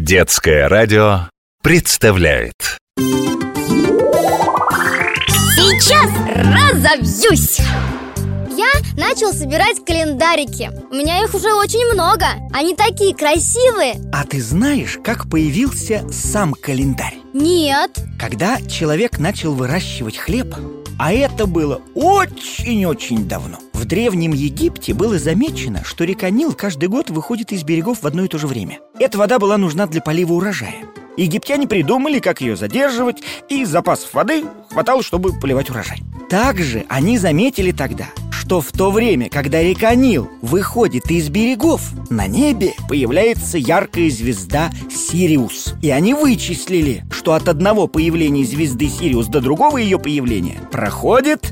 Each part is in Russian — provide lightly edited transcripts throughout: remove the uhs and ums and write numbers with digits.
Детское радио представляет. Сейчас разобьюсь! Я начал собирать календарики. У меня их уже очень много. Они такие красивые. А ты знаешь, как появился сам календарь? Нет. Когда человек начал выращивать хлеб, а это было очень-очень давно, в Древнем Египте было замечено, что река Нил каждый год выходит из берегов в одно и то же время. Эта вода была нужна для полива урожая. Египтяне придумали, как ее задерживать, и запасов воды хватало, чтобы поливать урожай. Также они заметили тогда, что в то время, когда река Нил выходит из берегов, на небе появляется яркая звезда Сириус. И они вычислили, что от одного появления звезды Сириус до другого ее появления проходит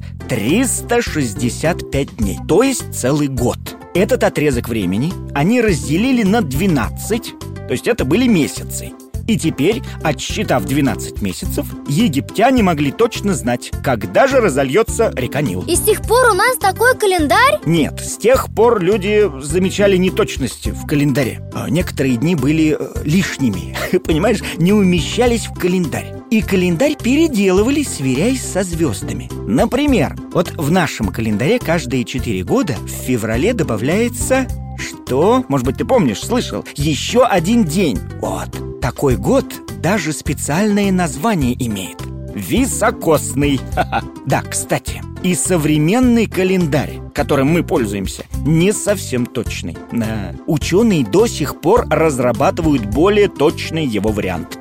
365 дней, то есть целый год. Этот отрезок времени они разделили на 12, то есть это были месяцы. И теперь, отсчитав 12 месяцев, египтяне могли точно знать, когда же разольется река Нил. И с тех пор у нас такой календарь? Нет, с тех пор люди замечали неточности в календаре. Некоторые дни были лишними, понимаешь, не умещались в календарь. И календарь переделывали, сверяясь со звездами. Например, вот в нашем календаре каждые 4 года в феврале добавляется... Что? Может быть, ты помнишь, слышал? Еще один день. Вот. Такой год даже специальное название имеет. Високосный. Да, кстати, и современный календарь, которым мы пользуемся, не совсем точный. Ученые до сих пор разрабатывают более точный его вариант.